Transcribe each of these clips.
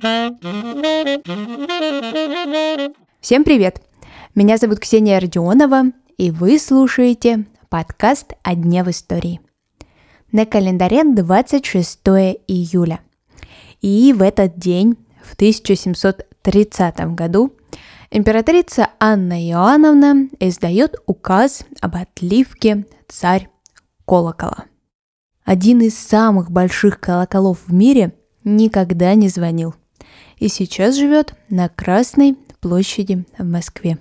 Всем привет! Меня зовут Ксения Родионова, и вы слушаете подкаст «О дне в истории». На календаре 26 июля. И в этот день, в 1730 году, императрица Анна Иоанновна издает указ об отливке царь-колокола. Один из самых больших колоколов в мире никогда не звонил и сейчас живет на Красной площади в Москве.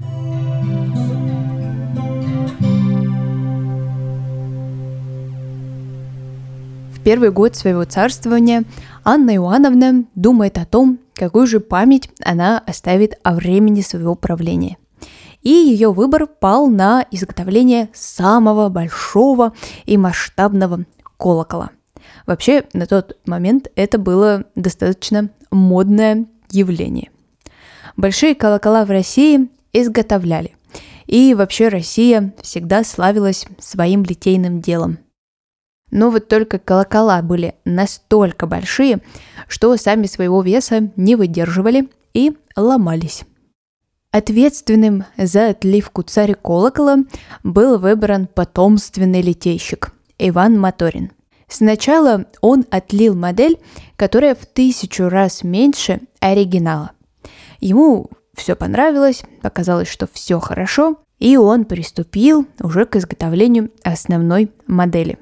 В первый год своего царствования Анна Иоанновна думает о том, какую же память она оставит о времени своего правления. И ее выбор пал на изготовление самого большого и масштабного колокола. Вообще, на тот момент это было достаточно модное явление. Большие колокола в России изготовляли. И вообще Россия всегда славилась своим литейным делом. Но вот только колокола были настолько большие, что сами своего веса не выдерживали и ломались. Ответственным за отливку царя-колокола был выбран потомственный литейщик Иван Моторин. Сначала он отлил модель, которая в 1000 раз меньше оригинала. Ему все понравилось, показалось, что все хорошо, и он приступил уже к изготовлению основной модели.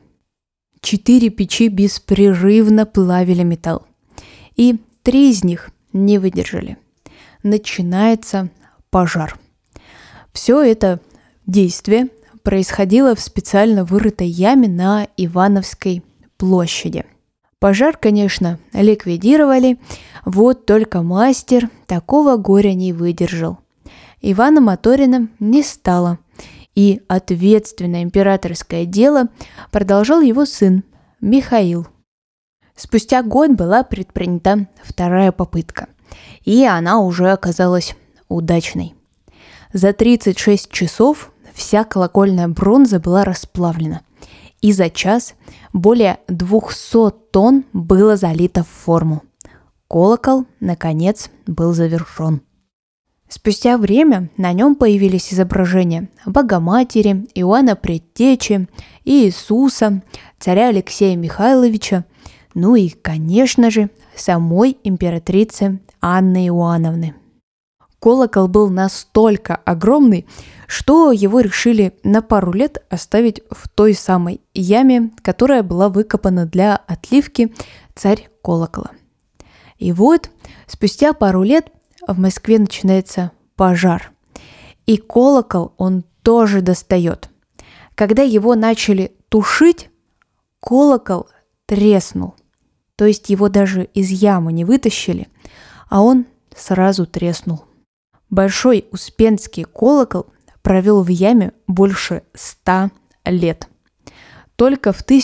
4 печи беспрерывно плавили металл, и 3 из них не выдержали. Начинается пожар. Все это действие происходило в специально вырытой яме на Ивановской площади. Пожар, конечно, ликвидировали, вот только мастер такого горя не выдержал. Ивана Моторина не стало, и ответственное императорское дело продолжал его сын Михаил. Спустя год была предпринята вторая попытка, и она уже оказалась удачной. За 36 часов вся колокольная бронза была расплавлена, и за час более 200 тонн было залито в форму. Колокол, наконец, был завершен. Спустя время на нем появились изображения Богоматери, Иоанна Предтечи, Иисуса, царя Алексея Михайловича, ну и, конечно же, самой императрицы Анны Иоанновны. Колокол был настолько огромный, что его решили на пару лет оставить в той самой яме, которая была выкопана для отливки царь-колокола. И вот спустя пару лет в Москве начинается пожар. И колокол он тоже достает. Когда его начали тушить, колокол треснул. То есть его даже из ямы не вытащили, а он сразу треснул. Большой Успенский колокол провел в яме больше 100 лет. Только в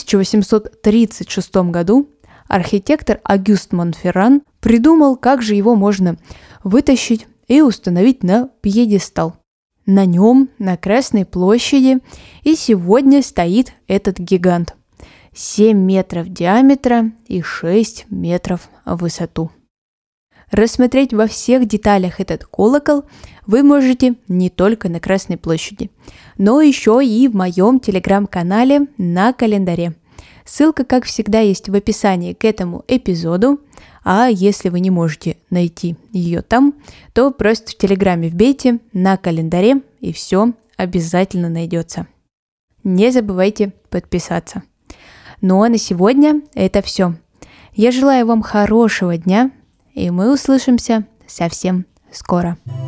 1836 году архитектор Огюст Монферран придумал, как же его можно вытащить и установить на пьедестал. На нем, на Красной площади, и сегодня стоит этот гигант. 7 метров диаметра и 6 метров в высоту. Рассмотреть во всех деталях этот колокол вы можете не только на Красной площади, но еще и в моем телеграм-канале на календаре. Ссылка, как всегда, есть в описании к этому эпизоду, а если вы не можете найти ее там, то просто в телеграме вбейте на календаре, и все обязательно найдется. Не забывайте подписаться. Ну а на сегодня это все. Я желаю вам хорошего дня, и мы услышимся совсем скоро.